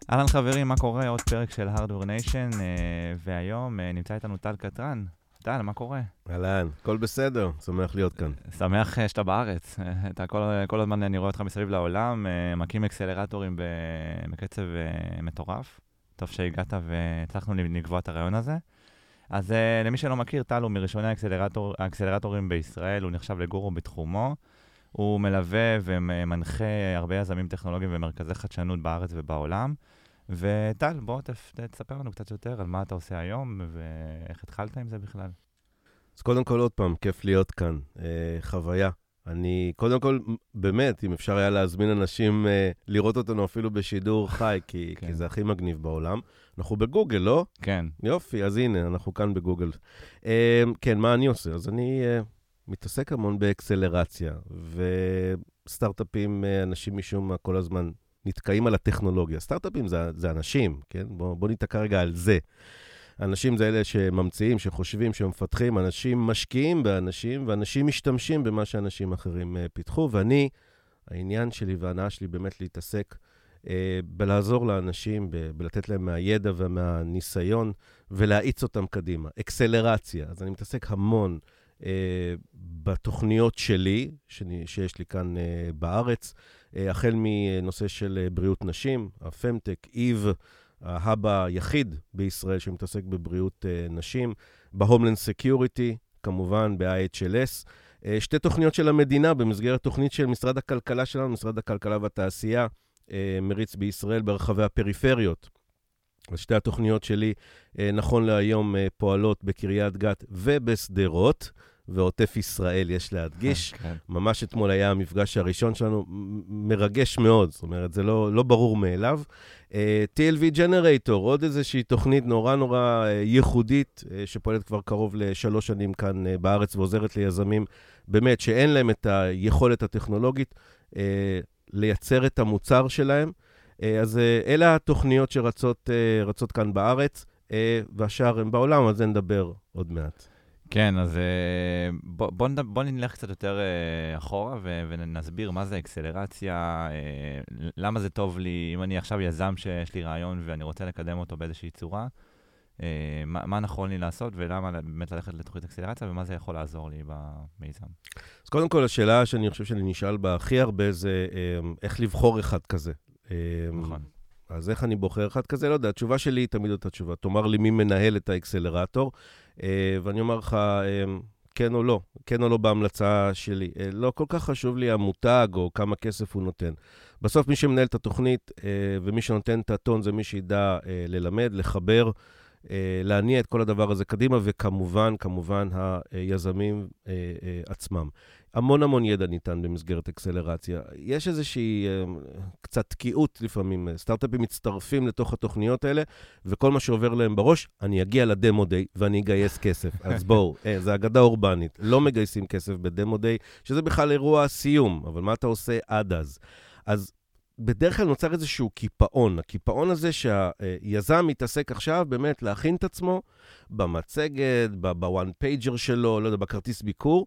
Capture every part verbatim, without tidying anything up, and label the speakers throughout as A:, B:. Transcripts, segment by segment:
A: אהלן חברים, מה קורה? עוד פרק של Hardware Nation, והיום נמצא איתנו טל קטרן. טל, מה קורה?
B: אהלן, הכל בסדר, שמח להיות כאן.
A: שמח שאתה בארץ. אתה כל, כל הזמן אני רואה אותך מסביב לעולם, מקים אקסלרטורים בקצב מטורף. טוב שהגעת והצלחנו לקבוע את הרעיון הזה. אז למי שלא מכיר, טל הוא מראשוני האקסלרטור, האקסלרטורים בישראל, הוא נחשב לגורו בתחומו. הוא מלווה ומנחה הרבה יזמים טכנולוגיים ומרכזי חדשנות בארץ ובעולם. וטל, בוא תספר לנו קצת יותר על מה אתה עושה היום ואיך התחלת עם זה בכלל.
B: אז קודם כל עוד פעם, כיף להיות כאן, אה, חוויה. אני, קודם כל, באמת, אם אפשר היה להזמין אנשים אה, לראות אותנו אפילו בשידור חי, כי, כן. כי זה הכי מגניב בעולם. אנחנו בגוגל, לא?
A: כן.
B: יופי, אז הנה, אנחנו כאן בגוגל. אה, כן, מה אני עושה? אז אני אה, מתעסק המון באקסלרציה, וסטארט-אפים, אה, אנשים משום מה כל הזמן נתקעים על הטכנולוגיה. סטארט-אפים זה, זה אנשים, כן? בוא, בוא ניתקע רגע על זה. אנשים זה אלה שממציאים, שחושבים, שמפתחים, אנשים משקיעים באנשים, ואנשים משתמשים במה שאנשים אחרים uh, פיתחו, ואני, העניין שלי וההנאה שלי באמת להתעסק uh, בלעזור לאנשים, ב- בלתת להם מהידע ומהניסיון, ולהאיץ אותם קדימה. אקסלרציה, אז אני מתעסק המון uh, בתוכניות שלי, שאני, שיש לי כאן uh, בארץ, uh, החל מנושא של uh, בריאות נשים, הפמטק, איב, ההאב היחיד בישראל שמתעסק בבריאות uh, נשים, בהומלנד סקיוריטי, כמובן ב-איי אייץ' אל אס, uh, שתי תוכניות של המדינה במסגרת תוכנית של משרד הכלכלה שלנו, משרד הכלכלה והתעשייה, uh, מריץ בישראל ברחבי הפריפריות. אז שתי התוכניות שלי uh, נכון להיום uh, פועלות בקריית גת ובסדרות, ועוטף ישראל יש להדגיש.
A: כן.
B: ממש אתמול היה המפגש הראשון שלנו, מרגש מאוד, זאת אומרת, זה לא, לא ברור מאליו. Uh, טי אל וי Generator, עוד איזושהי תוכנית נורא נורא uh, ייחודית, uh, שפועלת כבר קרוב לשלוש שנים כאן uh, בארץ, ועוזרת ליזמים, באמת, שאין להם את היכולת הטכנולוגית, uh, לייצר את המוצר שלהם. Uh, אז uh, אלה התוכניות שרצות uh, רצות כאן בארץ, uh, והשאר הם בעולם, אז נדבר עוד מעט.
A: כן, אז בוא, בוא, בוא נלך קצת יותר אחורה ו- ונסביר מה זה אקסלרציה, למה זה טוב לי, אם אני עכשיו יזם שיש לי רעיון ואני רוצה לקדם אותו באיזושהי צורה, מה, מה נכון לי לעשות ולמה באמת ללכת לתוכנית אקסלרציה ומה זה יכול לעזור לי במיזם.
B: אז קודם כל, השאלה שאני חושב שאני נשאל בה הכי הרבה זה איך לבחור אחד כזה.
A: נכון.
B: אז איך אני בוחר אחד כזה? לא יודע, התשובה שלי היא תמיד אותה תשובה. תאמר לי מי מנהל את האקסלרטור, ואני אומר לך, כן או לא, כן או לא בהמלצה שלי. לא כל כך חשוב לי המותג או כמה כסף הוא נותן. בסוף מי שמנהל את התוכנית ומי שנותן את הטון זה מי שידע ללמד, לחבר, להניע את כל הדבר הזה קדימה, וכמובן, כמובן, היזמים עצמם. המון המון ידע ניתן במסגרת אקסלרציה. יש איזושהי קצת תקיעות לפעמים. סטארט-אפים מצטרפים לתוך התוכניות האלה, וכל מה שעובר להם בראש, אני אגיע לדמו דיי ואני אגייס כסף. אז בואו, זה אגדה אורבנית. לא מגייסים כסף בדמו דיי, שזה בכלל אירוע סיום, אבל מה אתה עושה עד אז? אז בדרך כלל נוצר איזשהו קיפאון. הקיפאון הזה שהיזם מתעסק עכשיו באמת להכין את עצמו במצגת, בוואן פייג'ר שלו, לא יודע, בכרטיס ביקור,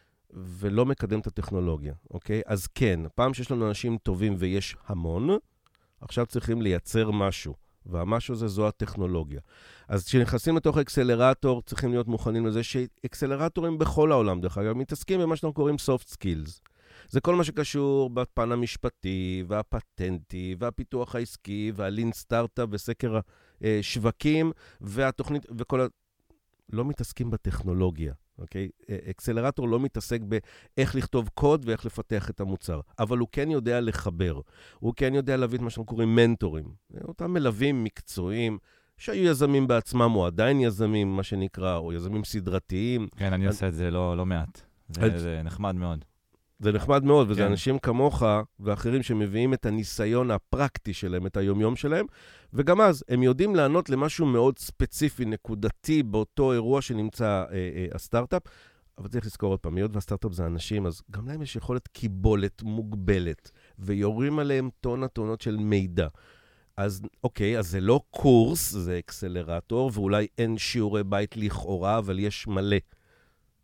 B: ולא מקדם את הטכנולוגיה, אוקיי? אז כן, פעם שיש לנו אנשים טובים ויש המון, עכשיו צריכים לייצר משהו, והמשהו הזה זו הטכנולוגיה. אז כשנכנסים לתוך אקסלרטור, צריכים להיות מוכנים לזה שאקסלרטורים בכל העולם, דרך אגב, מתעסקים במה שאנחנו קוראים soft skills. זה כל מה שקשור בפן המשפטי, והפטנטי, והפיתוח העסקי, והלין סטארט-אפ, וסקר השווקים, והתוכנית, וכל ה... לא מתעסקים בטכנולוגיה, אוקיי? אקסלרטור לא מתעסק באיך לכתוב קוד ואיך לפתח את המוצר, אבל הוא כן יודע לחבר. הוא כן יודע להביא את מה שאנחנו קוראים מנטורים. אותם מלווים מקצועיים, שהיו יזמים בעצמם, או עדיין יזמים, מה שנקרא, או יזמים סדרתיים.
A: כן, אני עושה את זה לא, לא מעט. זה, זה נחמד מאוד.
B: זה נחמד מאוד, וזה
A: כן.
B: אנשים כמוך ואחרים שמביאים את הניסיון הפרקטי שלהם, את היומיום שלהם, וגם אז הם יודעים לענות למשהו מאוד ספציפי, נקודתי, באותו אירוע שנמצא אה, אה, הסטארט-אפ, אבל צריך לזכור עוד פעם, היות והסטארט-אפ זה אנשים, אז גם להם יש יכולת קיבולת מוגבלת, ויורים עליהם טונה טונות של מידע. אז אוקיי, אז זה לא קורס, זה אקסלרטור, ואולי אין שיעורי בית לכאורה, אבל יש מלא.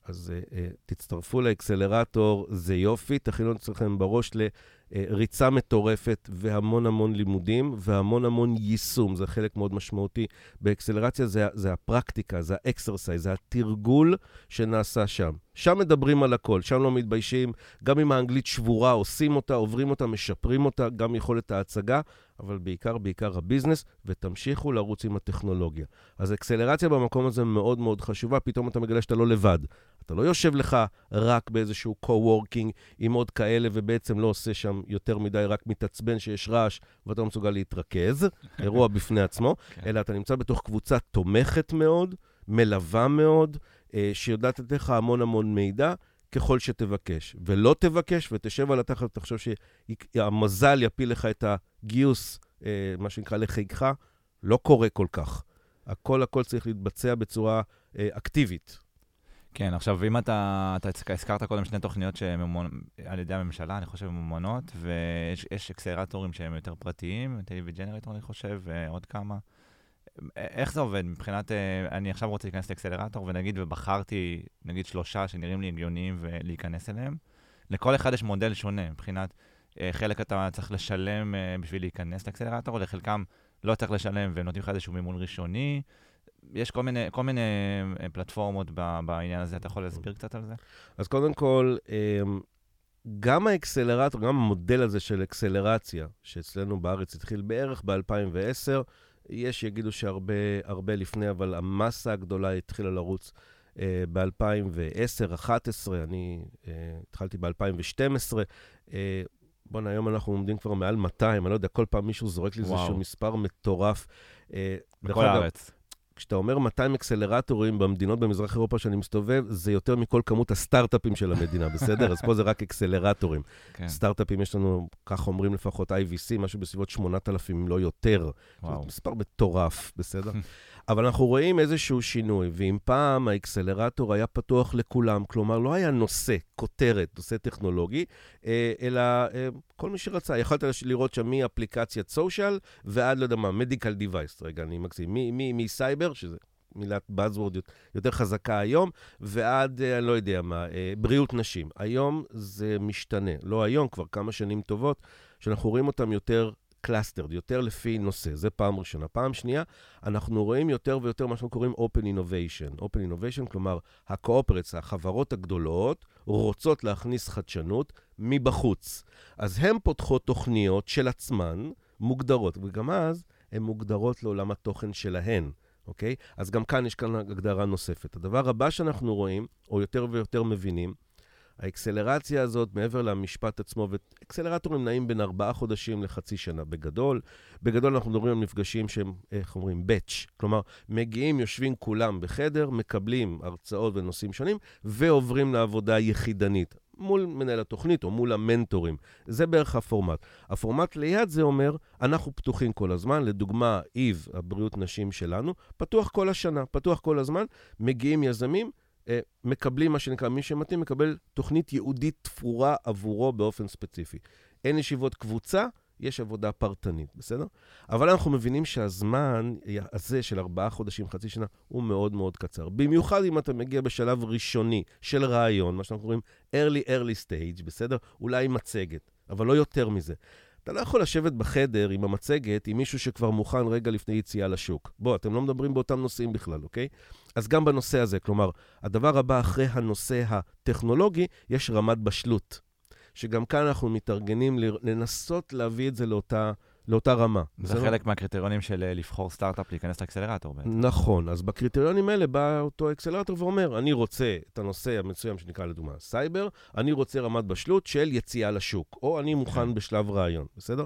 B: אז uh, uh, תצטרפו לאקסלרטור, זה יופי, תכינו אצלכם בראש לריצה מטורפת והמון המון לימודים והמון המון יישום, זה חלק מאוד משמעותי. באקסלרציה זה, זה הפרקטיקה, זה האקסרסייז, זה התרגול שנעשה שם. שם מדברים על הכל, שם לא מתביישים, גם אם האנגלית שבורה, עושים אותה, עוברים אותה, משפרים אותה, גם יכולת ההצגה, אבל בעיקר, בעיקר הביזנס, ותמשיכו לרוץ עם הטכנולוגיה. אז אקסלרציה במקום הזה מאוד מאוד חשובה, פתאום אתה מגלה שאתה לא לבד. אתה לא יושב לך רק באיזשהו קו-וורקינג עם עוד כאלה, ובעצם לא עושה שם יותר מדי, רק מתעצבן שיש רעש, ואתה לא מסוגל להתרכז, אירוע בפני עצמו, אלא אתה נמצא בתוך קבוצה תומכת מאוד, מלווה מאוד, שיודעת לתת לך המון המון מידע, ככל שתבקש. ולא תבקש, ותשב על התחת, ותחשוב שהמזל יפיל לך את הגיוס, מה שנקרא לחיקך, לא קורה כל כך. הכל הכל צריך להתבצע בצורה אקטיבית.
A: כן, עכשיו, אם אתה, אתה הזכרת קודם שני תוכניות שממומנות על ידי הממשלה, אני חושב ממומנות, ויש אקסלרטורים שהם יותר פרטיים, טלוויזיה ג'נרטור, אני חושב, ועוד כמה. איך זה עובד? מבחינת, אני עכשיו רוצה להיכנס לאקסלרטור, ונגיד, ובחרתי, נגיד, שלושה שנראים לי הגיוניים ולהיכנס אליהם. לכל אחד יש מודל שונה, מבחינת חלק אתה צריך לשלם בשביל להיכנס לאקסלרטור, לחלקם לא צריך לשלם, ונותנים לך איזשהו מימון ראשוני. יש כל מיני, כל מיני פלטפורמות בעניין הזה, אתה יכול להסביר קצת על זה?
B: אז קודם כל, גם האקסלרטור, גם המודל הזה של אקסלרציה, שאצלנו בארץ התחיל בערך ב-אלפיים ועשר, יש שיגידו שהרבה הרבה לפני, אבל המסה הגדולה התחילה לרוץ ב-אלפיים ועשר אחת עשרה, אני התחלתי ב-אלפיים ושתים עשרה, בואו, היום אנחנו עומדים כבר מעל מאתיים, אני לא יודע, כל פעם מישהו זורק לי איזשהו מספר מטורף.
A: בכל הארץ.
B: כשאתה אומר מאתיים אקסלרטורים במדינות במזרח אירופה שאני מסתובב, זה יותר מכל כמות הסטארט-אפים של המדינה, בסדר? אז פה זה רק אקסלרטורים. כן. סטארט-אפים יש לנו, כך אומרים לפחות איי וי סי, משהו בסביבות שמונת אלפים, אם לא יותר. זה מספר מטורף, בסדר? אבל אנחנו רואים איזשהו שינוי, ואם פעם האקסלרטור היה פתוח לכולם, כלומר לא היה נושא, כותרת, נושא טכנולוגי, אלא כל מי שרצה, יכולת לראות שם מאפליקציית סושיאל, ועד, לא יודע מה, מדיקל דיווייס, רגע, אני מקסים, מסייבר, שזה מילת buzzword יותר חזקה היום, ועד, אני לא יודע מה, בריאות נשים. היום זה משתנה, לא היום, כבר כמה שנים טובות, שאנחנו רואים אותם יותר קלאסטרד, יותר לפי נושא, זה פעם ראשונה. פעם שנייה, אנחנו רואים יותר ויותר מה שאנחנו קוראים Open Innovation. Open Innovation, כלומר, הקואופרציה, החברות הגדולות, רוצות להכניס חדשנות מבחוץ. אז הן פותחות תוכניות של עצמן, מוגדרות, וגם אז הן מוגדרות לעולם התוכן שלהן. אוקיי? אז גם כאן יש כאן הגדרה נוספת. הדבר הבא שאנחנו רואים, או יותר ויותר מבינים, האקסלרציה הזאת, מעבר למשפט עצמו, ואקסלרטורים נעים בין ארבעה חודשים לחצי שנה בגדול. בגדול אנחנו מדברים על מפגשים שהם, איך אומרים, batch. כלומר, מגיעים, יושבים כולם בחדר, מקבלים הרצאות ונושאים שונים, ועוברים לעבודה יחידנית, מול מנהל התוכנית או מול המנטורים. זה בערך הפורמט. הפורמט ליד זה אומר, אנחנו פתוחים כל הזמן, לדוגמה, איב, הבריאות נשים שלנו, פתוח כל השנה, פתוח כל הזמן, מגיעים יזמים, מקבלים מה שנקרא, מי שמתאים מקבל תוכנית ייעודית תפורה עבורו באופן ספציפי. אין ישיבות קבוצה, יש עבודה פרטנית, בסדר? אבל אנחנו מבינים שהזמן הזה של ארבעה חודשים, חצי שנה, הוא מאוד מאוד קצר. במיוחד אם אתה מגיע בשלב ראשוני של רעיון, מה שאנחנו קוראים early early stage, בסדר? אולי מצגת, אבל לא יותר מזה. אתה לא יכול לשבת בחדר עם המצגת עם מישהו שכבר מוכן רגע לפני יציאה לשוק. בוא, אתם לא מדברים באותם נושאים בכלל, אוקיי? אז גם בנושא הזה, כלומר, הדבר הבא אחרי הנושא הטכנולוגי, יש רמת בשלות, שגם כאן אנחנו מתארגנים לנסות להביא את זה לאותה, לאותה רמה.
A: זה חלק מהקריטריונים של לבחור סטארט-אפ להיכנס לאקסלרטור בעצם.
B: נכון, אז בקריטריונים האלה בא אותו אקסלרטור ואומר, אני רוצה את הנושא המצוים שנקרא לדוגמה סייבר, אני רוצה רמת בשלות של יציאה לשוק, או אני מוכן בשלב רעיון, בסדר?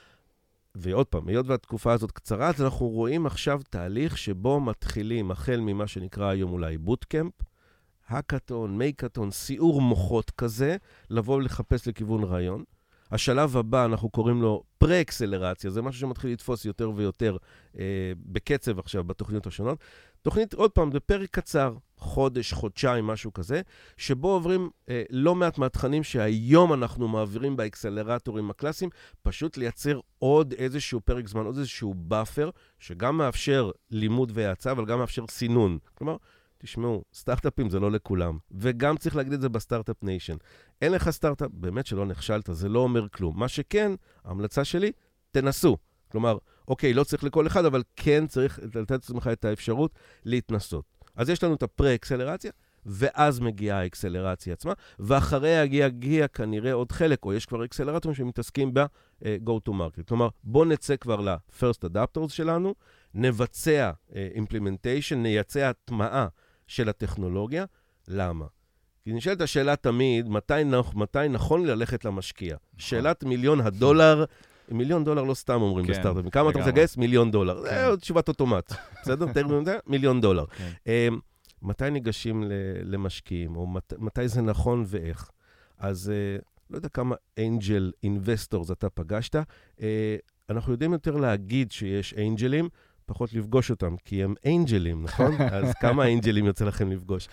B: ועוד פעם, היות והתקופה הזאת קצרה, אז אנחנו רואים עכשיו תהליך שבו מתחילים, החל ממה שנקרא היום אולי בוטקמפ, הקאטון, מייקאטון, סיעור מוחות כזה, לבוא ולחפש לכיוון רעיון. השלב הבא, אנחנו קוראים לו פרה-אקסלרציה, זה משהו שמתחיל לתפוס יותר ויותר אה, בקצב עכשיו בתוכניות השונות. תוכנית, עוד פעם, זה פרק קצר, חודש, חודשיים, משהו כזה, שבו עוברים אה, לא מעט מהתכנים שהיום אנחנו מעבירים באקסלרטורים הקלאסיים, פשוט לייצר עוד איזשהו פרק זמן, עוד איזשהו באפר, שגם מאפשר לימוד והאצה, אבל גם מאפשר סינון. כלומר, תשמעו, סטארט-אפים זה לא לכולם, וגם צריך להגיד את זה בסטארט-אפ ניישן. אין לך סטארט-אפ, באמת שלא נכשלת, זה לא אומר כלום. מה שכן, ההמלצה שלי, תנסו. כלומר, אוקיי, לא צריך לכל אחד, אבל כן צריך לתת לעצמך את האפשרות להתנסות. אז יש לנו את הפרה-אקסלרציה, ואז מגיעה האקסלרציה עצמה, ואחריה יגיע, יגיע כנראה עוד חלק, או יש כבר אקסלרטורים שמתעסקים ב-go to market. כלומר, בוא נצא כבר ל-first adapters שלנו, נבצע uh, implementation, נייצע הטמעה של הטכנולוגיה. למה? כי נשאלת השאלה תמיד, מתי, מתי נכון ללכת למשקיע? שאלת מיליון הדולר, מיליון דולר לא סתם אומרים בסטארט-אפים. כמה אתה רוצה לגייס? מיליון דולר. זה עוד תשובת אוטומט. בסדר? מיליון דולר. מתי ניגשים למשקיעים, או מתי זה נכון ואיך? אז לא יודע כמה אנג'ל אינבסטורס אתה פגשת. אנחנו יודעים יותר להגיד שיש אנג'לים, פחות לפגוש אותם, כי הם אנג'לים, נכון? אז כמה אנג'לים יוצא לכם לפגוש?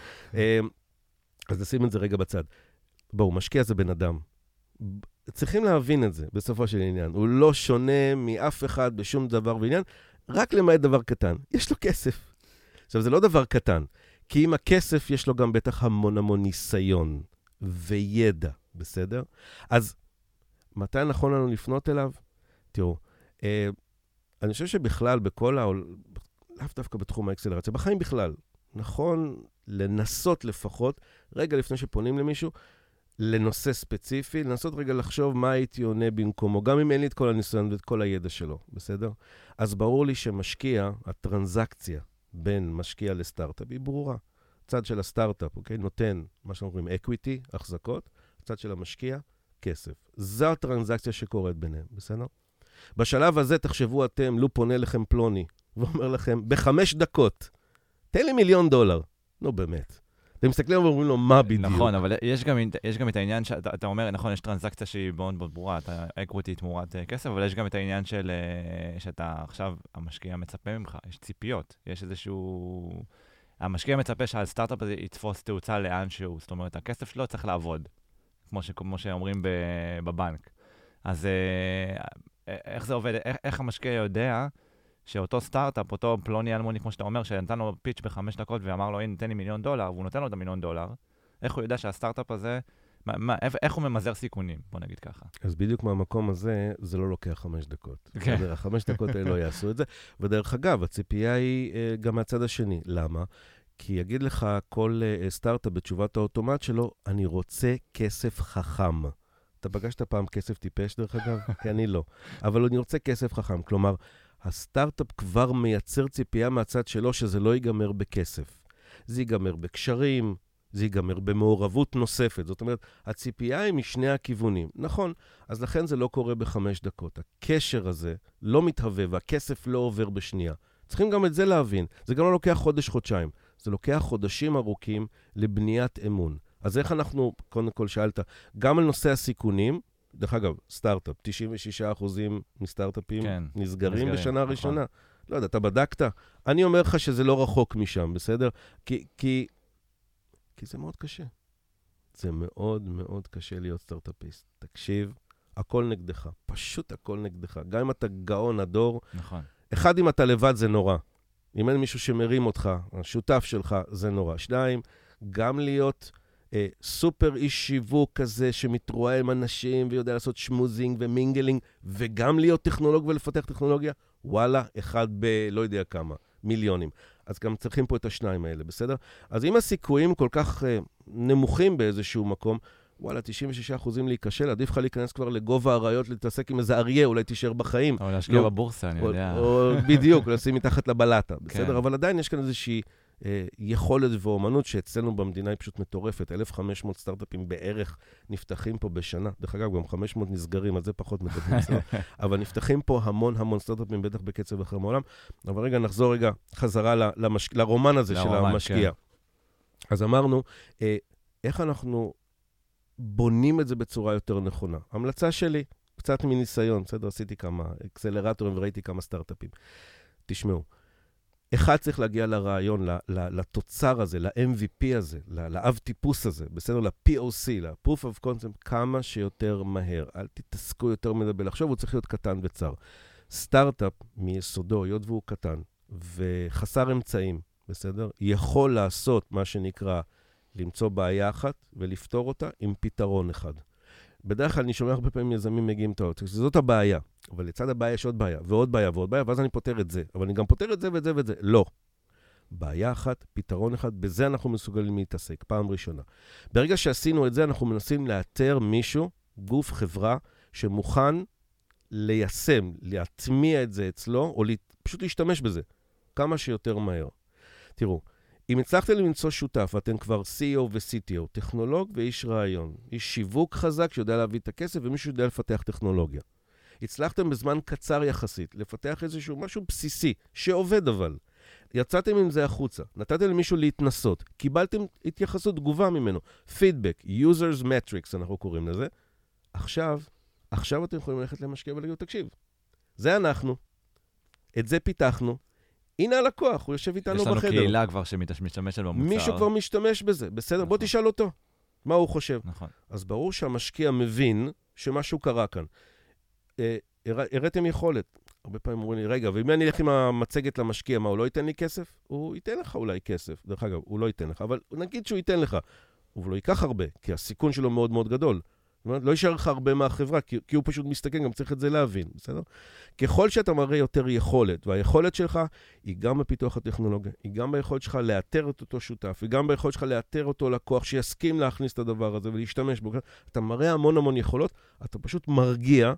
B: אז נשים את זה רגע בצד. בואו, משקיע זה בן אדם. צריכים להבין את זה, בסופו של עניין. הוא לא שונה מאף אחד בשום דבר ועניין, רק למעט דבר קטן. יש לו כסף. עכשיו, זה לא דבר קטן, כי עם הכסף יש לו גם בטח המון המון ניסיון וידע, בסדר? אז מתי נכון לנו לפנות אליו? תראו, אה, אני חושב שבכלל בכל העול, לאו דווקא בתחום האקסלרציה, בחיים בכלל, נכון לנסות לפחות, רגע לפני שפונים למישהו, לנושא ספציפי, לנסות רגע לחשוב מה הייתי עונה במקומו, גם אם אין לי את כל הניסיון ואת כל הידע שלו, בסדר? אז ברור לי שמשקיע, הטרנזקציה בין משקיע לסטארט-אפ היא ברורה. צד של הסטארט-אפ, אוקיי? נותן מה שאנחנו קוראים אקוויטי, החזקות, צד של המשקיע, כסף. זו הטרנזקציה שקורית ביניהם, בסדר? בשלב הזה תחשבו אתם, לו פונה לכם פלוני, ואומר לכם, בחמש דקות, תן לי מיליון דולר. נו, באמת. אתם מסתכלים ואומרים לו, מה בדיוק?
A: נכון, אבל יש גם, יש גם את העניין שאתה אומר, נכון, יש טרנזקציה שהיא מאוד מאוד ברורה, אתה אקוויטי תמורת כסף, אבל יש גם את העניין של, שאתה עכשיו, המשקיע מצפה ממך, יש ציפיות, יש איזשהו... המשקיע מצפה שהסטארט-אפ הזה יתפוס תאוצה לאן שהוא, זאת אומרת, הכסף שלו צריך לעבוד, כמו, ש, כמו שאומרים בבנק. אז איך זה עובד? איך, איך המשקיע יודע שאותו סטארט-אפ, אותו פלוני אלמוני, כמו שאתה אומר, שנתן לו פיץ' בחמש דקות ואמר לו, הנה, תן לי מיליון דולר, והוא נותן לו את המיליון דולר, איך הוא יודע שהסטארט-אפ הזה, מה, מה, איך הוא ממזער סיכונים, בוא נגיד ככה.
B: אז בדיוק מהמקום הזה, זה לא לוקח חמש דקות. Okay. החמש דקות האלה לא יעשו את זה. ודרך אגב, הציפייה היא גם מהצד השני. למה? כי יגיד לך כל סטארט-אפ בתשובת האוטומט שלו, אני רוצה כסף חכם. אתה פגשת פעם כסף טיפש דרך אגב? כי אני לא. אבל אני רוצה כסף חכם. כלומר, הסטארט-אפ כבר מייצר ציפייה מהצד שלו שזה לא ייגמר בכסף. זה ייגמר בקשרים, זה ייגמר במעורבות נוספת. זאת אומרת, הציפייה היא משני הכיוונים. נכון, אז לכן זה לא קורה בחמש דקות. הקשר הזה לא מתהווה והכסף לא עובר בשנייה. צריכים גם את זה להבין. זה גם לא לוקח חודש, חודשיים. זה לוקח חודשים ארוכים לבניית אמון. אז איך אנחנו, קודם כל שאלת, גם על נושא הסיכונים, דרך אגב, סטארט-אפ, תשעים ושישה אחוזים מסטארט-אפים כן, נסגרים, נסגרים בשנה נכון. ראשונה. לא יודע, אתה בדקת? אני אומר לך שזה לא רחוק משם, בסדר? כי, כי, כי זה מאוד קשה. זה מאוד מאוד קשה להיות סטארט-אפיסט. תקשיב, הכל נגדך, פשוט הכל נגדך. גם אם אתה גאון הדור,
A: נכון.
B: אחד, אם אתה לבד זה נורא. אם אין מישהו שמרים אותך, השותף שלך, זה נורא. שניים, גם להיות... סופר איש שיווק כזה שמתרואה עם אנשים ויודע לעשות שמוזינג ומינגלינג, וגם להיות טכנולוג ולפתח טכנולוגיה, וואלה, אחד ב... לא יודע כמה, מיליונים. אז גם צריכים פה את השניים האלה, בסדר? אז אם הסיכויים כל כך uh, נמוכים באיזשהו מקום, וואלה, תשעים ושישה אחוזים להיכשל, עדיף לך להיכנס כבר לגובה הראיות, להתעסק עם איזה אריה, אולי תישאר בחיים.
A: או להשקיע לא, בבורסה, אני
B: או,
A: יודע.
B: או בדיוק, לשים מתחת לבלטה, בסדר? כן. אבל עדיין יש כאן איזושהי... יכולת ואומנות שאצלנו במדינה היא פשוט מטורפת. אלף וחמש מאות סטארט-אפים בערך נפתחים פה בשנה. דרך אגב, גם חמש מאות נסגרים, אז זה פחות מדברים. אבל נפתחים פה המון המון סטארט-אפים, בטח בקצב אחר מעולם. אבל רגע, נחזור רגע חזרה למש... לרומן הזה של המשקיע. כן. אז אמרנו, איך אנחנו בונים את זה בצורה יותר נכונה? המלצה שלי, קצת מניסיון, בסדר, עשיתי כמה אקסלרטורים וראיתי כמה סטארט-אפים. תשמעו. אחד צריך להגיע לרעיון, לתוצר הזה, ל-אם וי פי הזה, לאב טיפוס הזה, בסדר, ל-פי או סי, ל-Proof of Concept, כמה שיותר מהר. אל תתעסקו יותר מדי בלחשוב, הוא צריך להיות קטן וצר. סטארט-אפ מיסודו, היות והוא קטן, וחסר אמצעים, בסדר? יכול לעשות מה שנקרא למצוא בעיה אחת ולפתור אותה עם פתרון אחד. בדרך כלל אני שומע הרבה פעמים יזמים מגיעים את האוטו, זאת הבעיה, אבל לצד הבעיה יש עוד בעיה, ועוד בעיה ועוד בעיה, ואז אני פותר את זה, אבל אני גם פותר את זה ואת זה ואת זה. לא. בעיה אחת, פתרון אחד, בזה אנחנו מסוגלים להתעסק, פעם ראשונה. ברגע שעשינו את זה, אנחנו מנסים לאתר מישהו, גוף, חברה, שמוכן ליישם, להטמיע את זה אצלו, או פשוט להשתמש בזה, כמה שיותר מהר. תראו, אם הצלחתם למצוא שותף, ואתם כבר סי אי או ו-סי טי או, טכנולוג ואיש רעיון, איש שיווק חזק שיודע להביא את הכסף, ומישהו יודע לפתח טכנולוגיה. הצלחתם בזמן קצר יחסית, לפתח איזשהו משהו בסיסי, שעובד אבל. יצאתם עם זה החוצה, נתתם למישהו להתנסות, קיבלתם התייחסות תגובה ממנו, פידבק, users metrics אנחנו קוראים לזה. עכשיו, עכשיו אתם יכולים ללכת למשקיע ולהגיד, תקשיב, זה אנחנו, את זה פיתחנו, הנה הלקוח, הוא יושב איתנו בחדר.
A: יש לנו קהילה כבר שמשתמשת במוצר.
B: מישהו כבר משתמש בזה, בסדר? נכון. בוא תשאל אותו, מה הוא חושב. נכון. אז ברור שהמשקיע מבין שמשהו קרה כאן. אה, הראיתם יכולת. הרבה פעמים אומרים לי, רגע, ואם אני אלך עם המצגת למשקיע, מה, הוא לא ייתן לי כסף? הוא ייתן לך אולי כסף. דרך אגב, הוא לא ייתן לך, אבל נגיד שהוא ייתן לך. הוא לא ייקח הרבה, כי הסיכון שלו מאוד מאוד גדול. לא יישאר לך הרבה מהחברה, כי, כי הוא פשוט מסתכן, גם צריך את זה להבין, בסדר? ככל שאתה מראה יותר יכולת, והיכולת שלך היא גם בפיתוח הטכנולוגיה, היא גם ביכולת שלך לאתר את אותו שותף, היא גם ביכולת שלך לאתר אותו לקוח שיסכים להכניס את הדבר הזה ולהשתמש בו. אתה מראה המון המון יכולות, אתה פשוט מרגיע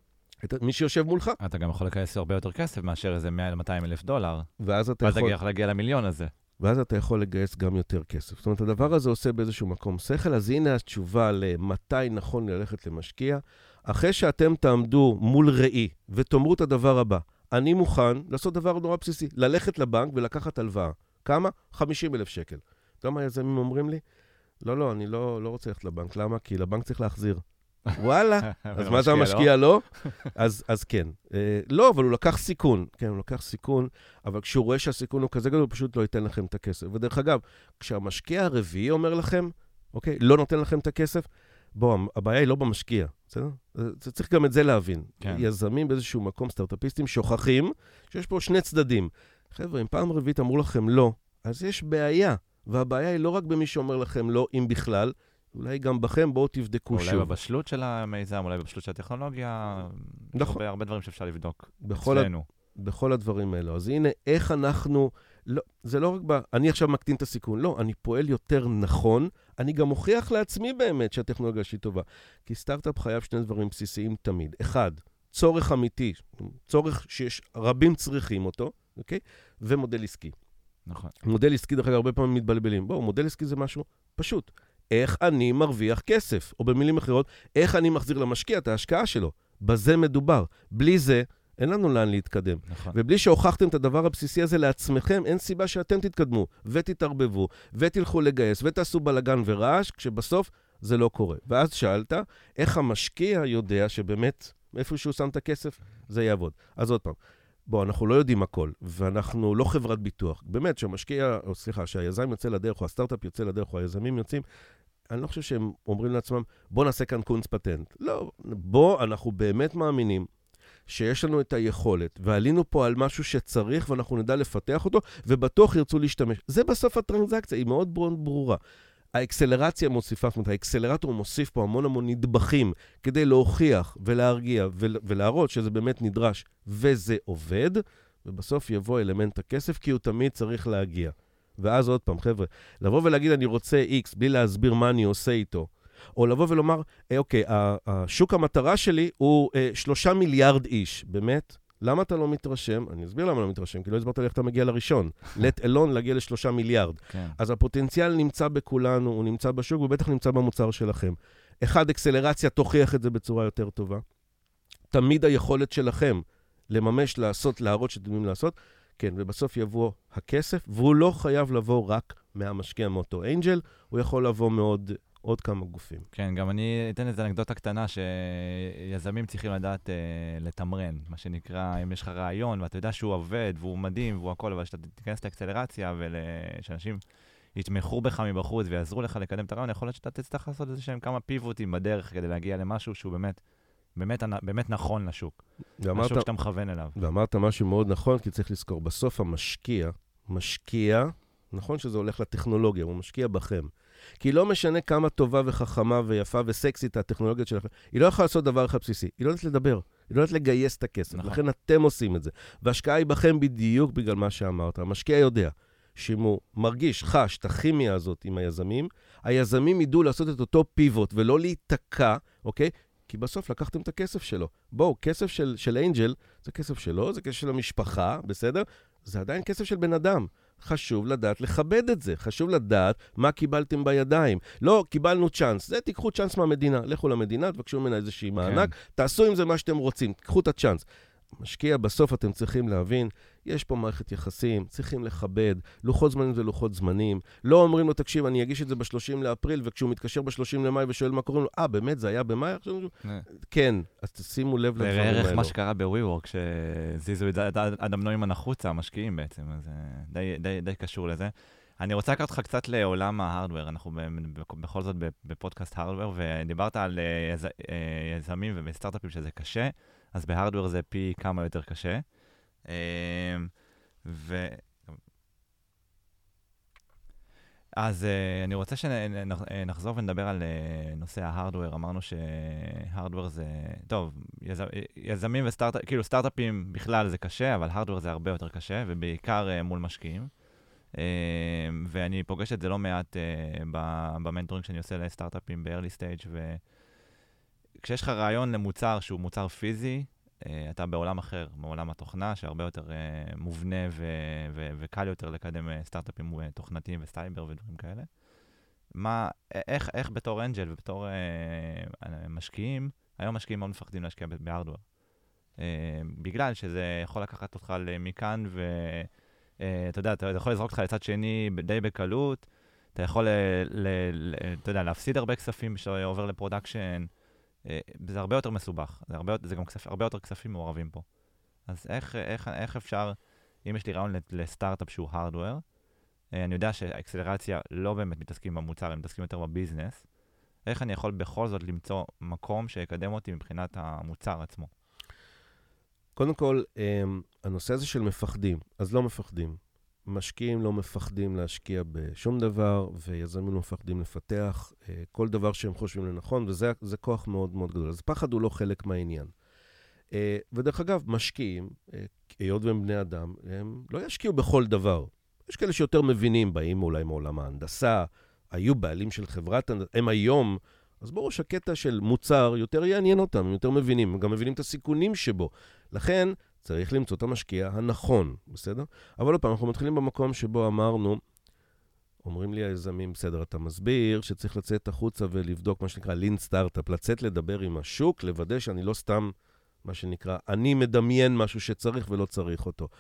B: את מי שיושב מולך.
A: אתה גם יכול לקייס הרבה יותר כסף מאשר איזה מאה עד מאתיים אלף דולר.
B: ואז אתה
A: ואז
B: יכול...
A: יכול להגיע למיליון הזה.
B: ואז אתה יכול לגייס גם יותר כסף. זאת אומרת, הדבר הזה עושה באיזשהו מקום שכל, אז הנה התשובה למתי נכון ללכת למשקיע. אחרי שאתם תעמדו מול ראי ותאמרו את הדבר הבא, אני מוכן לעשות דבר נורא בסיסי, ללכת לבנק ולקחת הלוואה. כמה? חמישים אלף שקל. אתה יודע מה היזמים אומרים לי? לא, לא, אני לא, לא רוצה ללכת לבנק. למה? כי לבנק צריך להחזיר. וואלה, אז מה זה המשקיע לא? אז, אז כן. אה, לא, אבל הוא לקח סיכון. כן, הוא לקח סיכון, אבל כשהוא רואה שהסיכון הוא כזה גדול, הוא פשוט לא ייתן לכם את הכסף. ודרך אגב, כשהמשקיע הרביעי אומר לכם, אוקיי, לא נותן לכם את הכסף, בוא, הבעיה היא לא במשקיע, בסדר? זה צריך גם את זה להבין. כן. יזמים באיזשהו מקום, סטארט-אפיסטים, שוכחים שיש פה שני צדדים. חבר'ה, אם פעם רביעית אמרו לכם לא, אז יש בעיה. והבעיה היא לא רק במי שאומר לכם לא, אם בכלל, אולי גם בכם, בואו תבדקו
A: אולי
B: שוב.
A: אולי בבשלות של המיזם, אולי בבשלות של הטכנולוגיה, נכון. הרבה, הרבה דברים שאפשר לבדוק
B: בכל אצלנו. ה... בכל הדברים האלו. אז הנה, איך אנחנו, לא, זה לא רק ב... אני עכשיו מקטין את הסיכון, לא, אני פועל יותר נכון, אני גם מוכיח לעצמי באמת שהטכנולוגיה שלי טובה. כי סטארט-אפ חייב שני דברים בסיסיים תמיד. אחד, צורך אמיתי, צורך שיש, רבים צריכים אותו, אוקיי? ומודל עסקי.
A: נכון.
B: מודל עסקי, דרך אגב, הרבה פעמים מתבלבלים. בואו, מודל עסקי זה משהו פשוט. איך אני מרוויח כסף, או במילים אחרות, איך אני מחזיר למשקיע את ההשקעה שלו. בזה מדובר. בלי זה, אין לנו לאן להתקדם. נכון. ובלי שהוכחתם את הדבר הבסיסי הזה לעצמכם, אין סיבה שאתם תתקדמו, ותתערבבו, ותלכו לגייס, ותעשו בלגן ורעש, כשבסוף זה לא קורה. ואז שאלת, איך המשקיע יודע שבאמת, איפה שהוא שם את הכסף, זה יעבוד. אז עוד פעם, בוא, אנחנו לא יודעים הכל, ואנחנו לא חברת ביטוח. באמת, שהמשקיע, או סליחה, שהיזם יוצא לדרך, או הסטארט-אפ יוצא לדרך, או היזמים יוצאים, אני לא חושב שהם אומרים לעצמם, בוא נעשה כאן קונץ פטנט. לא, בוא, אנחנו באמת מאמינים שיש לנו את היכולת, ועלינו פה על משהו שצריך, ואנחנו נדע לפתח אותו, ובטוח ירצו להשתמש. זה בסוף הטרנזקציה, היא מאוד ברורה. האקסלרציה מוסיפה, זאת אומרת, האקסלרטור מוסיף פה המון המון נדבכים, כדי להוכיח ולהרגיע ולהראות שזה באמת נדרש, וזה עובד, ובסוף יבוא אלמנט הכסף, כי הוא תמיד צריך להגיע. ואז עוד פעם, חבר'ה, לבוא ולהגיד אני רוצה X, בלי להסביר מה אני עושה איתו, או לבוא ולומר, אה, אוקיי, השוק המטרה שלי הוא אה, שלושה מיליארד איש, באמת? למה אתה לא מתרשם? אני אסביר למה לא מתרשם, כי לא הסברת לי איך אתה מגיע לראשון. let alone להגיע לשלושה מיליארד. כן. אז הפוטנציאל נמצא בכולנו, הוא נמצא בשוק, ובטח נמצא במוצר שלכם. אחד, אקסלרציה תוכיח את זה בצורה יותר טובה. תמיד היכולת שלכם לממש, לעשות, להראות שתדעים לעשות, כן, ובסוף יבוא הכסף, והוא לא חייב לבוא רק מהמשקיע מאותו אנג'ל, הוא יכול לבוא מאוד... עוד כמה גופים.
A: כן, גם אני אתן איזו אנקדוטה קטנה שיזמים צריכים לדעת אה, לתמרן, מה שנקרא, אם יש לך רעיון, ואתה יודע שהוא עובד, והוא מדהים, והוא הכל, אבל שאתה תיכנס לאקסלרציה, ושאנשים יתמכו בך מבחוץ ויעזרו לך לקדם את הרעיון, יכול להיות שאתה תצטרך לעשות איזה שהם כמה פיבוטים בדרך, כדי להגיע למשהו שהוא באמת, באמת, באמת נכון לשוק. משהו שאתה מכוון אליו.
B: ואמרת משהו מאוד נכון, כי צריך לזכור, בסוף המשקיע, משקיע, נכון שזה הולך לטכנולוגיה, הוא משקיע בכם. כי לא משנה כמה טובה וחכמה ויפה וסקסית הטכנולוגיה שלכם, היא לא יכולה לעשות דבר אחד בסיסי, היא לא יודעת לדבר, היא לא יודעת לגייס את הכסף, נכון. לכן אתם עושים את זה. וההשקעה היא בכם בדיוק בגלל מה שאמרת. המשקיע יודע שאם הוא מרגיש, חש את הכימיה הזאת עם היזמים, היזמים ידעו לעשות את אותו פיבוט ולא להיתקע, אוקיי? כי בסוף לקחתם את הכסף שלו. בואו, כסף של, של אנג'ל, זה כסף שלו, זה כסף של המשפחה, בסדר? זה עדיין כסף של בן אדם. חשוב לדעת לכבד את זה, חשוב לדעת מה קיבלתם בידיים. לא, קיבלנו צ'אנס, זה תיקחו צ'אנס מהמדינה, לכו למדינה, תבקשו ממנה איזושהי מענק, כן. תעשו עם זה מה שאתם רוצים, תיקחו את הצ'אנס. משקיע, בסוף אתם צריכים להבין, יש פה מערכת יחסים, צריכים לכבד, לוחות זמנים זה לוחות זמנים, לא אומרים לו, תקשיב, אני אגיש את זה ב-שלושים לאפריל, וכשהוא מתקשר ב-שלושים למאי ושואל מה קוראים לו, אה, באמת, זה היה במאי? כן, אז תשימו לב לדברים האלו.
A: בערך מה שקרה ב-WeWork, שזיזו עד המנועים הנחוצה, המשקיעים בעצם, אז די קשור לזה. אני רוצה לקחת אותך קצת לעולם ההארדוור, אנחנו בכל זאת בפודקאסט הארדוור, ודיברת על יזמים ובסטארט-אפים שזה קשה, אז בהארדוור זה פי כמה יותר קשה. ו... אז אני רוצה שנחזור ונדבר על נושא ההארדוור. אמרנו שהארדוור זה... טוב, יזמים וסטארט... כאילו סטארט-אפים בכלל זה קשה, אבל הארדוור זה הרבה יותר קשה, ובעיקר מול משקיעים. ואני פוגש את זה לא מעט במנטורינג שאני עושה לסטארט-אפים ב-early stage, ו... כשיש לך רעיון למוצר שהוא מוצר פיזי, אתה בעולם אחר, בעולם התוכנה, שהרבה יותר מובנה ו- ו- וקל יותר לקדם סטארט-אפים תוכנתיים וסטייבר ודברים כאלה. מה, איך, איך בתור אנג'ל ובתור משקיעים, היום משקיעים מאוד מפחדים להשקיע בהארדוור. בגלל שזה יכול לקחת אותך מכאן, ואתה יודע, אתה יכול לזרוק אותך לצד שני די בקלות, אתה יכול, אתה יודע, להפסיד הרבה כספים שעובר לפרודקשן, זה הרבה יותר מסובך, זה, הרבה, זה גם כסף, הרבה יותר כספים מעורבים פה. אז איך, איך, איך אפשר, אם יש לי רעיון לסטארט-אפ שהוא הארדוור, אני יודע שהאקסלרציה לא באמת מתעסקים במוצר, הם מתעסקים יותר בביזנס, איך אני יכול בכל זאת למצוא מקום שיקדם אותי מבחינת המוצר עצמו?
B: קודם כל, הנושא הזה של מפחדים, אז לא מפחדים. משקיעים לא מפחדים להשקיע בשום דבר, ויזמים לא מפחדים לפתח כל דבר שהם חושבים לנכון, וזה זה כוח מאוד מאוד גדול. אז פחד הוא לא חלק מהעניין. ודרך אגב, משקיעים, היות והם בני אדם, הם לא ישקיעו בכל דבר. יש כאלה שיותר מבינים, באים אולי מעולם ההנדסה, היו בעלים של חברת, הם היום, אז ברור שהקטע של מוצר יותר יעניין אותם, הם יותר מבינים, הם גם מבינים את הסיכונים שבו. לכן, צריך למצוא את המשקיע הנכון, בסדר? אבל עוד פעם, אנחנו מתחילים במקום שבו אמרנו, אומרים לי היזמים, בסדר, אתה מסביר שצריך לצאת החוצה ולבדוק מה שנקרא לין סטארט-אפ, לצאת לדבר עם השוק, לוודא שאני לא סתם, מה שנקרא, אני מדמיין משהו שצריך ולא צריך אותו.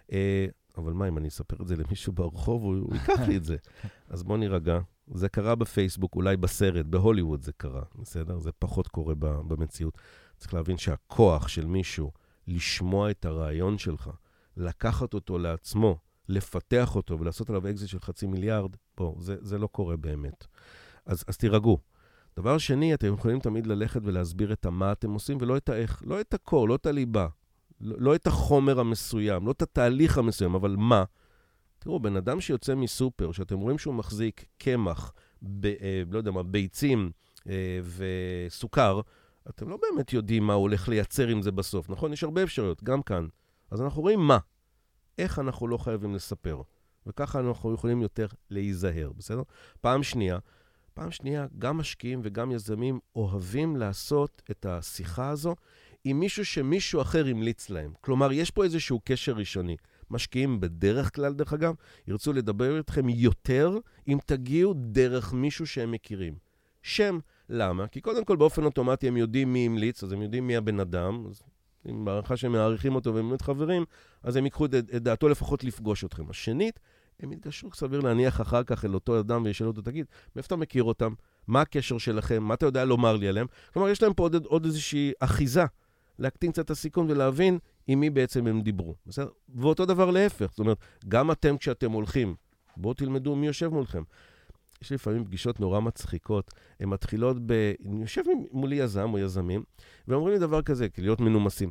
B: אבל מה, אם אני אספר את זה למישהו ברחוב, הוא, הוא ייקח לי את זה. אז בוא נירגע. זה קרה בפייסבוק, אולי בסרט, בהוליווד זה קרה, בסדר? זה פחות קורה במציאות. צריך להבין שהכוח של מישהו לשמוע את הרעיון שלך, לקחת אותו לעצמו, לפתח אותו ולעשות עליו אקזיט של חצי מיליארד, בוא, זה, זה לא קורה באמת. אז, אז תירגעו. דבר שני, אתם יכולים תמיד ללכת ולהסביר את מה אתם עושים, ולא את האיך, לא את הקור, לא את הליבה, לא, לא את החומר המסוים, לא את התהליך המסוים, אבל מה? תראו, בן אדם שיוצא מסופר, שאתם רואים שהוא מחזיק קמח, ב, אה, לא יודע מה, ביצים אה, וסוכר, אתם לא באמת יודעים מה הוא הולך לייצר עם זה בסוף, נכון? יש הרבה אפשרויות, גם כאן. אז אנחנו רואים מה. איך אנחנו לא חייבים לספר. וככה אנחנו יכולים יותר להיזהר, בסדר? פעם שנייה, פעם שנייה, גם משקיעים וגם יזמים אוהבים לעשות את השיחה הזו עם מישהו שמישהו אחר המליץ להם. כלומר, יש פה איזשהו קשר ראשוני. משקיעים בדרך כלל, דרך אגב, ירצו לדבר איתכם יותר אם תגיעו דרך מישהו שהם מכירים. שם, למה? כי קודם כל באופן אוטומטי הם יודעים מי המליץ, אז הם יודעים מי הבן אדם, אז אם בערכה שהם מעריכים אותו והם באמת חברים, אז הם ייקחו את, את דעתו לפחות לפגוש אתכם. השנית, הם יתגשרו סביר להניח אחר כך אל אותו אדם וישאלו אותו, תגיד, מאיפה אתה מכיר אותם? מה הקשר שלכם? מה אתה יודע לומר לי עליהם? כלומר, יש להם פה עוד, עוד איזושהי אחיזה, להקטין קצת את הסיכון ולהבין עם מי בעצם הם דיברו. בסדר? ואותו דבר להפך. זאת אומרת, גם אתם כשאתם הולכים, בואו תלמדו מי יושב מולכם. יש לפעמים פגישות נורא מצחיקות, הן מתחילות ב... אני יושב מולי יזם או יזמים, ואומרים לי דבר כזה, כי להיות מנומסים.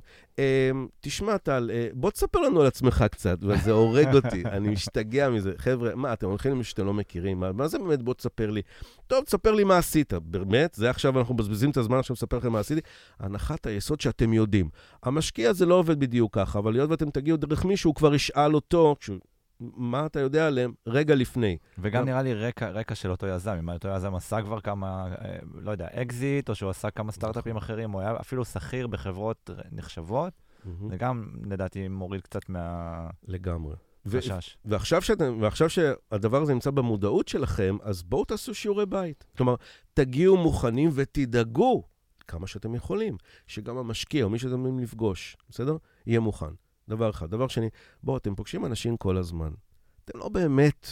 B: תשמע, טל, בוא תספר לנו על עצמך קצת, וזה הורג אותי, אני משתגע מזה. חבר'ה, מה, אתם הולכים למישהו שאתם לא מכירים? מה, מה זה באמת בוא תספר לי? טוב, תספר לי מה עשית. באמת, זה עכשיו אנחנו מבזבזים את הזמן עכשיו לספר לכם מה עשיתי. הנחת היסוד שאתם יודעים. המשקיע זה לא עובד בדיוק ככה, אבל להיות ואתם תגיעו דרך מישהו, הוא כבר ישאל אותו, כשהוא... מה אתה יודע עליהם רגע לפני.
A: וגם נראה לי רקע, רקע של אותו יזם, אם אותו יזם עשה כבר כמה, לא יודע, אקזיט, או שהוא עשה כמה סטארט-אפים אחרים, או היה אפילו שכיר בחברות נחשבות, זה גם, לדעתי, מוריד קצת מה...
B: לגמרי.
A: חשש.
B: ועכשיו שאתם, ועכשיו שהדבר הזה נמצא במודעות שלכם, אז בואו תעשו שיעורי בית. כלומר, תגיעו מוכנים ותדאגו, כמה שאתם יכולים, שגם המשקיע, או מי שאתם יכולים לפגוש, בסדר? יהיה מוכן. דבר אחד. דבר שני, בואו, אתם פוגשים אנשים כל הזמן. אתם לא באמת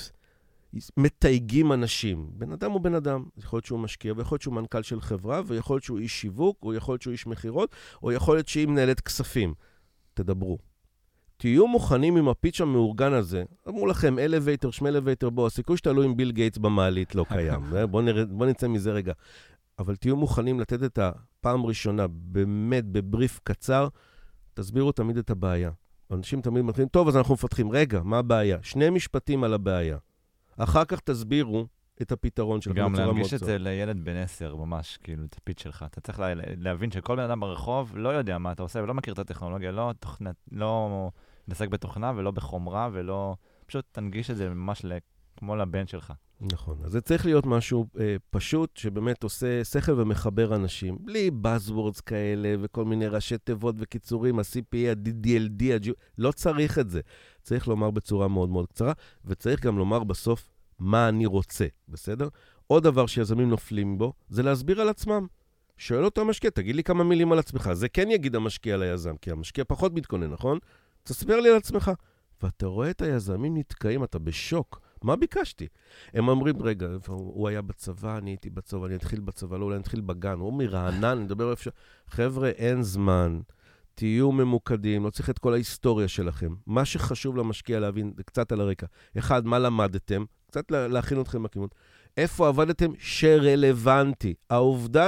B: מתייגים אנשים. בן אדם הוא בן אדם. יכול להיות שהוא משקיע, ויכול להיות שהוא מנכ"ל של חברה, ויכול להיות שהוא איש שיווק, או יכול להיות שהוא איש מחירות, או יכול להיות שהיא מנהלת כספים. תדברו. תהיו מוכנים עם הפיץ' המאורגן הזה. אמרו לכם, אלווייטר, שמלווייטר, בוא, הסיכוי שתעלו עם ביל גייטס במעלית לא קיים. בואו נראה, בוא נצא מזה רגע. אבל תהיו מוכנים לתת את הפעם ראשונה, באמת, בבריף קצר, תסבירו תמיד את הבעיה. אנשים תמיד מתחילים, טוב, אז אנחנו מפתחים. רגע, מה הבעיה? שני משפטים על הבעיה. אחר כך תסבירו את הפתרון שלכם.
A: גם להנגיש את זה לילד בן עשר, ממש, כאילו, את הפיץ שלך. אתה צריך לה, להבין שכל בן אדם ברחוב לא יודע מה אתה עושה, ולא מכיר את הטכנולוגיה, לא, תוכנה, לא נעסק בתוכנה ולא בחומרה, ולא... פשוט תנגיש את זה ממש כמו לבן שלך.
B: נכון. אז זה צריך להיות משהו אה, פשוט, שבאמת עושה שכל ומחבר אנשים, בלי buzzwords כאלה, וכל מיני ראשי תיבות וקיצורים, ה-סי פי איי, ה-די די אל די, ה-ג'י... לא צריך את זה. צריך לומר בצורה מאוד מאוד קצרה, וצריך גם לומר בסוף מה אני רוצה, בסדר? עוד דבר שיזמים נופלים בו, זה להסביר על עצמם. שואל אותו המשקיע, תגיד לי כמה מילים על עצמך. זה כן יגיד המשקיע ליזם, כי המשקיע פחות מתכונן, נכון? תסביר לי על עצמך. ואתה רואה את היזמים נתקעים, אתה בשוק. מה ביקשתי? הם אומרים, רגע, הוא היה בצבא, אני הייתי בצבא, אני אתחיל בצבא, לא, אולי אני אתחיל בגן, הוא מרענן, אני מדבר איפה ש... חבר'ה, אין זמן, תהיו ממוקדים, לא צריך את כל ההיסטוריה שלכם. מה שחשוב למשקיע להבין, קצת על הרקע. אחד, מה למדתם? קצת להכין אתכם בכיוון. איפה עבדתם שרלוונטי? העובדה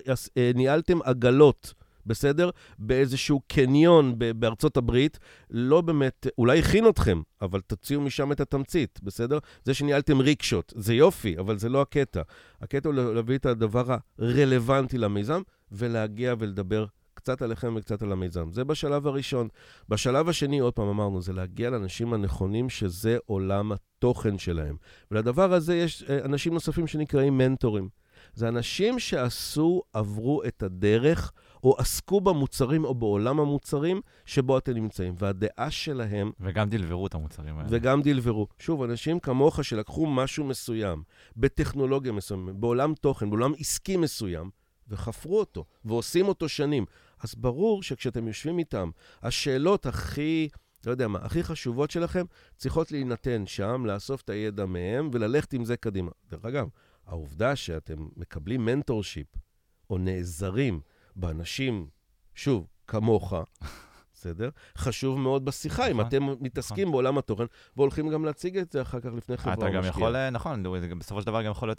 B: שניהלתם עגלות, בסדר? באיזשהו קניון בארצות הברית, לא באמת, אולי הכין אתכם, אבל תוציאו משם את התמצית, בסדר? זה שניהלתם ריקשות, זה יופי, אבל זה לא הקטע. הקטע הוא להביא את הדבר הרלוונטי למיזם, ולהגיע ולדבר קצת עליכם וקצת על המיזם. זה בשלב הראשון. בשלב השני, עוד פעם אמרנו, זה להגיע לאנשים הנכונים שזה עולם התוכן שלהם. ולדבר הזה יש אנשים נוספים שנקראים מנטורים. זה אנשים שעשו, עברו את הדרך, או עסקו במוצרים או בעולם המוצרים שבו אתם נמצאים. והדעה שלהם...
A: וגם דלברו את המוצרים האלה.
B: וגם דלברו. שוב, אנשים כמוך שלקחו משהו מסוים, בטכנולוגיה מסוים, בעולם תוכן, בעולם עסקי מסוים, וחפרו אותו, ועושים אותו שנים. אז ברור שכשאתם יושבים איתם, השאלות הכי, לא יודע מה, הכי חשובות שלכם, צריכות להינתן שם, לאסוף את הידע מהם, וללכת עם זה קדימה. דרך אגב, העובדה שאתם מקבלים מנטורשיפ, או נעזרים באנשים, שוב, כמוך, בסדר? חשוב מאוד בשיחה, אם אתם מתעסקים בעולם התוכן, והולכים גם להציג את זה אחר כך לפני חברה
A: אתה גם יכול, נכון, בסופו של דבר גם יכול להיות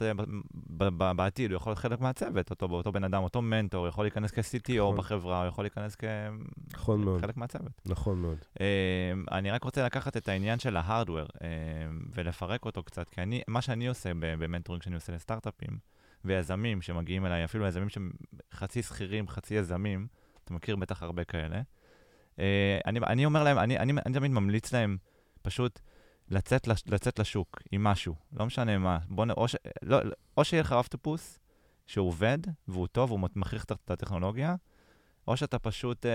A: בעתיד, הוא יכול להיות חלק מהצוות, אותו בן אדם, אותו מנטור, יכול להיכנס כ-סי טי או בחברה, הוא יכול להיכנס כחלק מהצוות.
B: נכון מאוד.
A: אני רק רוצה לקחת את העניין של ההארדוור, ולפרק אותו קצת, כי מה שאני עושה במנטורינג שאני עושה לסטארט-אפים, ויזמים שמגיעים אליי, אפילו יזמים שחצי שכירים, חצי יזמים, אתה מכיר בטח הרבה כאלה, אני, אני אומר להם, אני, אני, אני תמיד ממליץ להם פשוט לצאת, לצאת לשוק עם משהו, לא משנה מה. בוא, או, ש, לא, או שיהיה לך רב-טיפוס שהוא עובד והוא טוב, הוא מכריח את הטכנולוגיה, או שאתה פשוט,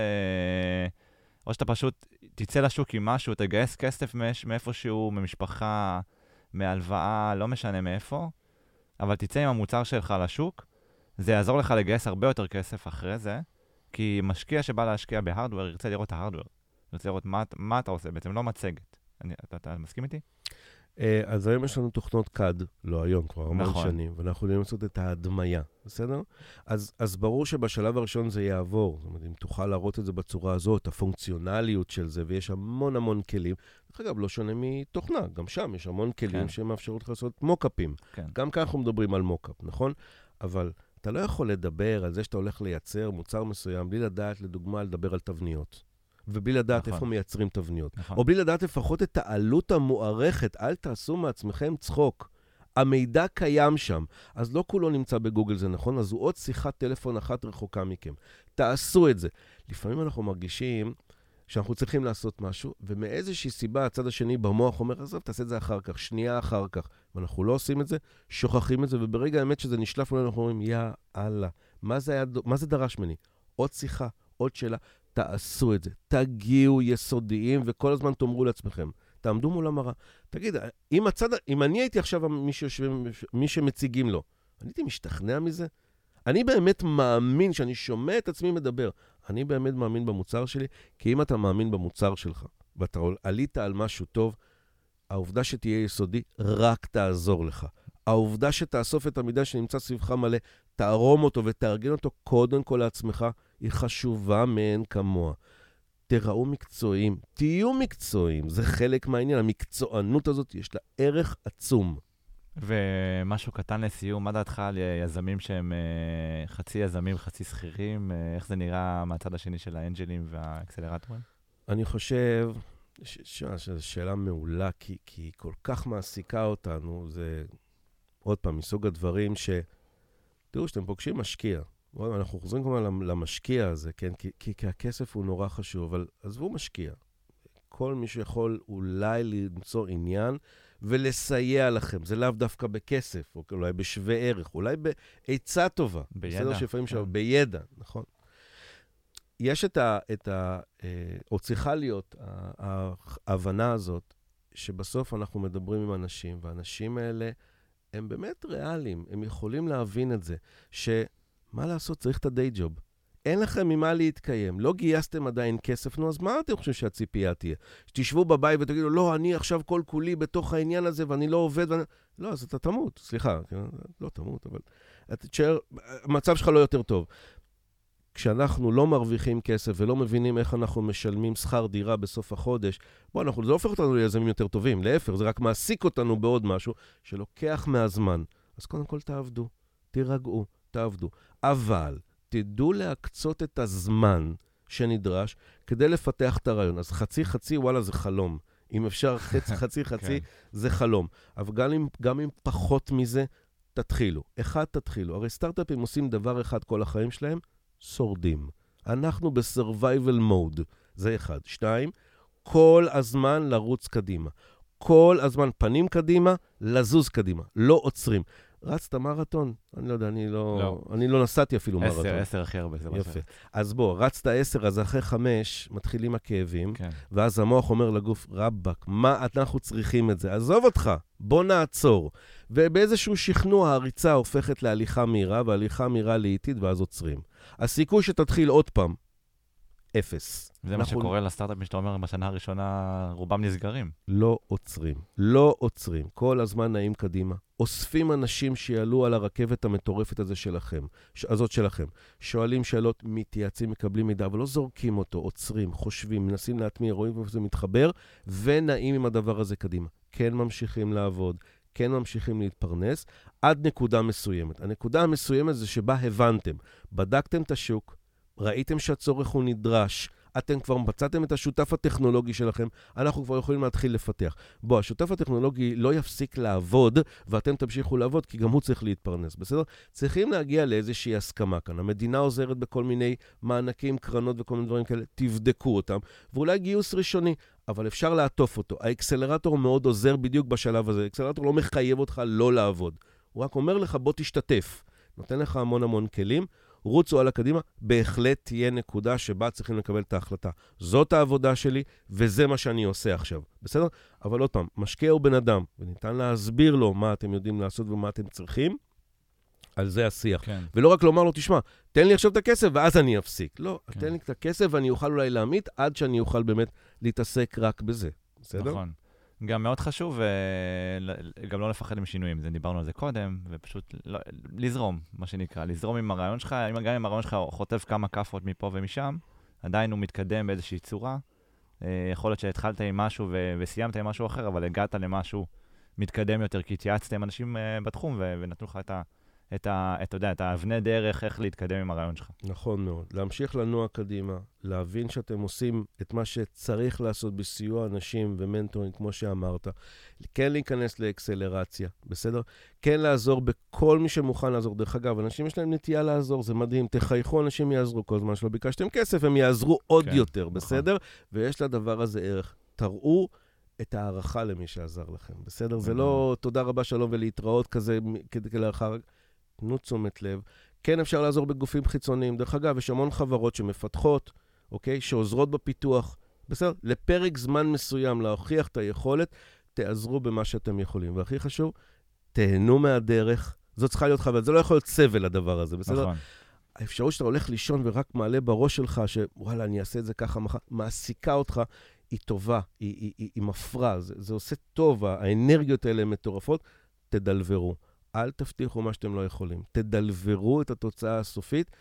A: או שאתה פשוט תצא לשוק עם משהו, תגייס כסף מאיפשהו, ממשפחה, מהלוואה, לא משנה מאיפה, אבל תצא עם המוצר שלך לשוק, זה יעזור לך לגייס הרבה יותר כסף אחרי זה, כי משקיע שבא להשקיע בהארדוור, ירצה לראות את ההארדוור. ירצה לראות מה, מה אתה עושה, בעצם לא מצגת. אני, אתה, אתה מסכים איתי?
B: אז היום יש לנו תוכנות קאד, לא היום, כבר המון
A: נכון.
B: שנים, ואנחנו יכולים לעשות את ההדמיה, בסדר? אז, אז ברור שבשלב הראשון זה יעבור. זאת אומרת, אם תוכל להראות את זה בצורה הזאת, הפונקציונליות של זה, ויש המון המון כלים. דרך אגב, לא שונה מתוכנה, גם שם יש המון כלים
A: כן.
B: שמאפשרות לך לעשות מוקאפים.
A: כן.
B: גם כאן אנחנו מדברים על מוקאפ, נכון? אבל אתה לא יכול לדבר על זה שאתה הולך לייצר מוצר מסוים, בלי לדעת, לדוגמה, לדבר על תבניות. ובלי לדעת
A: נכון.
B: איפה מייצרים תבניות.
A: נכון.
B: או בלי לדעת לפחות את העלות המוערכת, אל תעשו מעצמכם צחוק. המידע קיים שם, אז לא כולו נמצא בגוגל, זה נכון? אז הוא עוד שיחת טלפון אחת רחוקה מכם. תעשו את זה. לפעמים אנחנו מרגישים שאנחנו צריכים לעשות משהו, ומאיזושהי סיבה הצד השני במוח אומר, עזוב, תעשה את זה אחר כך, שנייה אחר כך. ואנחנו לא עושים את זה, שוכחים את זה, וברגע האמת שזה נשלף לנו, אנחנו אומרים, יא אללה, מה זה, היה, מה זה דרש מני? עוד שיחה, עוד שאלה. תעשו את זה, תגיעו יסודיים, וכל הזמן תאמרו לעצמכם, תעמדו מול המראה. תגיד, אם, הצד, אם אני הייתי עכשיו מי, שיושב, מי שמציגים לו, אני הייתי משתכנע מזה? אני באמת מאמין, שאני שומע את עצמי מדבר, אני באמת מאמין במוצר שלי, כי אם אתה מאמין במוצר שלך, ואתה עלית על משהו טוב, העובדה שתהיה יסודי רק תעזור לך. העובדה שתאסוף את המידע שנמצא סביבך מלא, תערום אותו ותארגן אותו קודם כל לעצמך, היא חשובה מאין כמוה. תראו מקצועיים, תהיו מקצועיים, זה חלק מהעניין. המקצוענות הזאת יש לה ערך עצום.
A: ומשהו קטן לסיום, מה דעתך על יזמים שהם חצי יזמים, חצי שכירים? איך זה נראה מהצד השני של האנג'לים והאקסלרטורים?
B: אני חושב שזו שאלה מעולה, כי היא כל כך מעסיקה אותנו. זה עוד פעם מסוג הדברים ש... תראו, שאתם פוגשים משקיע. אנחנו חוזרים כמובן למשקיע הזה, כן? כי, כי, כי הכסף הוא נורא חשוב, אבל עזבו משקיע. כל מי שיכול אולי למצוא עניין ולסייע לכם. זה לאו דווקא בכסף, או אולי בשווה ערך, אולי בעצה טובה.
A: בידע.
B: בסדר שפעמים שם, בידע, נכון? יש את ה... את ה או צריכה להיות ההבנה הזאת, שבסוף אנחנו מדברים עם אנשים, והאנשים האלה הם באמת ריאליים, הם יכולים להבין את זה, שמה לעשות, צריך את הדיי ג'וב. אין לכם ממה להתקיים, לא גייסתם עדיין כסף, נו, אז מה אתם חושבים שהציפייה תהיה? שתשבו בבית ותגידו, לא, אני עכשיו כל כולי בתוך העניין הזה, ואני לא עובד, ואני... לא, אז אתה תמות, סליחה, לא תמות, אבל... אתה תשאר, המצב שלך לא יותר טוב. כשאנחנו לא מרוויחים כסף ולא מבינים איך אנחנו משלמים שכר דירה בסוף החודש, בוא, אנחנו, זה לא הופך אותנו ליזמים יותר טובים, להפך, זה רק מעסיק אותנו בעוד משהו שלוקח מהזמן. אז קודם כל תעבדו, תירגעו, תעבדו. אבל תדעו להקצות את הזמן שנדרש כדי לפתח את הרעיון. אז חצי חצי, וואלה, זה חלום. אם אפשר חצי חצי חצי, זה חלום. אבל גם אם, גם אם פחות מזה, תתחילו. אחד, תתחילו. הרי סטארט-אפים עושים דבר אחד כל החיים שלהם, שורדים. אנחנו ב-survival mode. זה אחד. שתיים, כל הזמן לרוץ קדימה. כל הזמן פנים קדימה, לזוז קדימה. לא עוצרים. רצת מרתון? אני לא יודע, אני לא, לא. אני לא נסעתי אפילו
A: עשר,
B: מרתון.
A: עשר, עשר הכי הרבה. זה
B: יפה. אז בוא, רצת עשר, אז אחרי חמש מתחילים הכאבים,
A: כן.
B: ואז המוח אומר לגוף, רבק, מה אנחנו צריכים את זה? עזוב אותך, בוא נעצור. ובאיזשהו שכנוע הריצה הופכת להליכה מהירה, והליכה מהירה לאיטית, ואז עוצרים. הסיכוי שתתחיל עוד פעם, אפס.
A: זה מה שקורה לסטארט-אפים שאתה אומר, בשנה הראשונה רובם נסגרים.
B: לא עוצרים, לא עוצרים. כל הזמן נעים קדימה. אוספים אנשים שיעלו על הרכבת המטורפת הזה שלכם, הזאת שלכם. שואלים שאלות, מתייעצים, מקבלים מידע, אבל לא זורקים אותו, עוצרים, חושבים, מנסים להטמיע, רואים איפה זה מתחבר, ונעים עם הדבר הזה קדימה. כן ממשיכים לעבוד, כן ממשיכים להתפרנס, עד נקודה מסוימת. הנקודה המסוימת זה שבה הבנתם, בדקתם את השוק, ראיתם שהצורך הוא נדרש, אתם כבר מצאתם את השותף הטכנולוגי שלכם, אנחנו כבר יכולים להתחיל לפתח. בוא, השותף הטכנולוגי לא יפסיק לעבוד, ואתם תמשיכו לעבוד, כי גם הוא צריך להתפרנס, בסדר? צריכים להגיע לאיזושהי הסכמה כאן. המדינה עוזרת בכל מיני מענקים, קרנות וכל מיני דברים כאלה, תבדקו אותם, ואולי גיוס ראשוני, אבל אפשר לעטוף אותו. האקסלרטור מאוד עוזר בדיוק בשלב הזה. האקסלרטור לא מחייב אותך לא לעבוד. הוא רק אומר לך, בוא תשתתף. נותן לך המון המון כלים, רוצו על הקדימה, בהחלט תהיה נקודה שבה צריכים לקבל את ההחלטה. זאת העבודה שלי, וזה מה שאני עושה עכשיו. בסדר? אבל עוד פעם, משקיע הוא בן אדם, וניתן להסביר לו מה אתם יודעים לעשות ומה אתם צריכים, על זה השיח.
A: כן.
B: ולא רק לומר לו, תשמע, תן לי עכשיו את הכסף, ואז אני אפסיק. לא, כן. תן לי את הכסף, ואני אוכל אולי להעמיד, עד שאני אוכל באמת להתעסק רק בזה. בסדר?
A: נכון. גם מאוד חשוב, גם לא לפחד עם שינויים, זה דיברנו על זה קודם, ופשוט לזרום, מה שנקרא, לזרום עם הרעיון שלך, גם אם הרעיון שלך חוטף כמה כפות מפה ומשם, עדיין הוא מתקדם באיזושהי צורה, יכול להיות שהתחלת עם משהו וסיימת עם משהו אחר, אבל הגעת למשהו מתקדם יותר, כי התייעצת עם אנשים בתחום ונתנו לך את ה... את ה, אתה יודע, את האבני דרך, איך להתקדם עם הרעיון שלך.
B: נכון מאוד. להמשיך לנוע קדימה, להבין שאתם עושים את מה שצריך לעשות בסיוע אנשים ומנטורים, כמו שאמרת. כן להיכנס לאקסלרציה, בסדר? כן לעזור בכל מי שמוכן לעזור. דרך אגב, אנשים יש להם נטייה לעזור, זה מדהים. תחייכו, אנשים יעזרו כל זמן שלא ביקשתם כסף, הם יעזרו עוד כן, יותר, נכון. בסדר? ויש לדבר הזה ערך. תראו את הערכה למי שעזר לכם, בסדר? זה לא תודה רבה, שלום ולהתראות כזה, כדי להערכה. תנו תשומת לב. כן אפשר לעזור בגופים חיצוניים. דרך אגב, יש המון חברות שמפתחות, אוקיי? שעוזרות בפיתוח. בסדר? לפרק זמן מסוים להוכיח את היכולת, תעזרו במה שאתם יכולים. והכי חשוב, תהנו מהדרך. זאת צריכה להיות חוויה. זה לא יכול להיות סבל הדבר הזה, בסדר?
A: נכון.
B: האפשרות שאתה הולך לישון ורק מעלה בראש שלך, שוואלה, אני אעשה את זה ככה, מעסיקה אותך, היא טובה, היא, היא, היא, היא מפרה. זה, זה עושה טוב, האנרגיות האלה הן מטורפות, תדלברו. אל תבטיחו מה שאתם לא יכולים. תדלברו את התוצאה הסופית,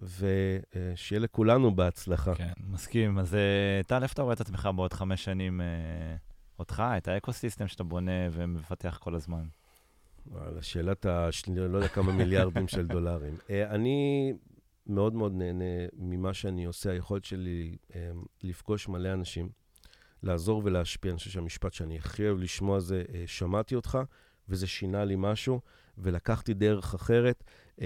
B: ושיהיה לכולנו בהצלחה.
A: כן, מסכים. אז טל, איפה אתה רואה את עצמך בעוד חמש שנים, אותך, את האקוסיסטם שאתה בונה ומפתח כל הזמן?
B: שאלת השני, לא יודע כמה מיליארדים של דולרים. אני מאוד מאוד נהנה ממה שאני עושה, היכולת שלי לפגוש מלא אנשים, לעזור ולהשפיע. אני חושב שהמשפט שאני הכי אוהב לשמוע זה, שמעתי אותך, וזה שינה לי משהו, ולקחתי דרך אחרת.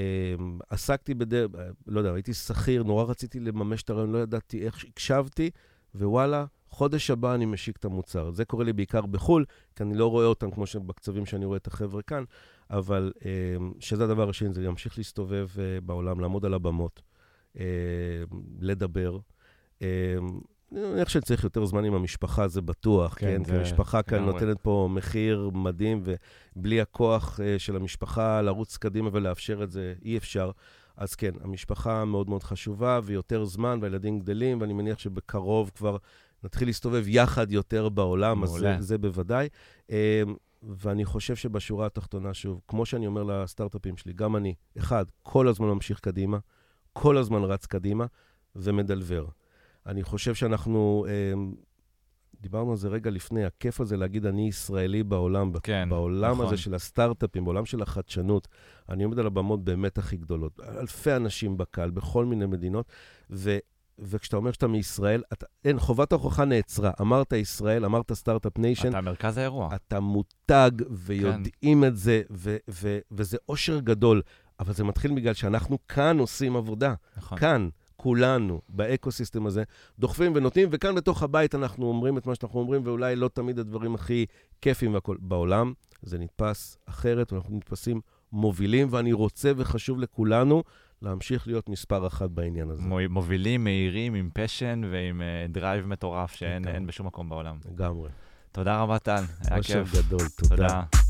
B: עסקתי בדרך, לא יודע, הייתי שכיר, נורא רציתי לממש את הרעיון, לא ידעתי איך, הקשבתי, ווואלה, חודש הבא אני משיק את המוצר. זה קורה לי בעיקר בחול, כי אני לא רואה אותם כמו שבקצבים שאני רואה את החבר'ה כאן, אבל שזה הדבר השני, זה ימשיך להסתובב בעולם, לעמוד על הבמות, לדבר. אני חושב שצריך יותר זמן עם המשפחה, זה בטוח, כן? כי המשפחה כאן נותנת פה מחיר מדהים, ובלי הכוח של המשפחה לרוץ קדימה ולאפשר את זה, אי אפשר. אז כן, המשפחה מאוד מאוד חשובה, ויותר זמן, והילדים גדלים, ואני מניח שבקרוב כבר נתחיל להסתובב יחד יותר בעולם, אז זה, זה בוודאי. ואני חושב שבשורה התחתונה, שוב, כמו שאני אומר לסטארט-אפים שלי, גם אני, אחד, כל הזמן ממשיך קדימה, כל הזמן רץ קדימה, ומדלבר. אני חושב שאנחנו, דיברנו על זה רגע לפני, הכיף הזה להגיד אני ישראלי בעולם,
A: כן,
B: בעולם
A: נכון.
B: הזה של הסטארט-אפים, בעולם של החדשנות, אני עומד על הבמות באמת הכי גדולות, אלפי אנשים בקהל, בכל מיני מדינות, ו, וכשאתה אומר שאתה מישראל, אתה, אין, חובת ההוכחה נעצרה, אמרת ישראל, אמרת סטארט-אפ ניישן,
A: אתה מרכז האירוע.
B: אתה מותג ויודעים כן. את זה, ו, ו, וזה אושר גדול, אבל זה מתחיל בגלל שאנחנו כאן עושים עבודה,
A: נכון.
B: כאן. כולנו באקוסיסטם הזה דוחפים ונותנים, וכאן בתוך הבית אנחנו אומרים את מה שאנחנו אומרים, ואולי לא תמיד הדברים הכי כיפים והכל. בעולם זה נתפס אחרת, ואנחנו נתפסים מובילים, ואני רוצה וחשוב לכולנו להמשיך להיות מספר אחת בעניין הזה.
A: מובילים, מהירים, עם פשן ועם דרייב מטורף שאין בשום מקום בעולם.
B: לגמרי.
A: תודה רבה, טל. היה כיף.
B: משהו גדול, תודה.
A: תודה.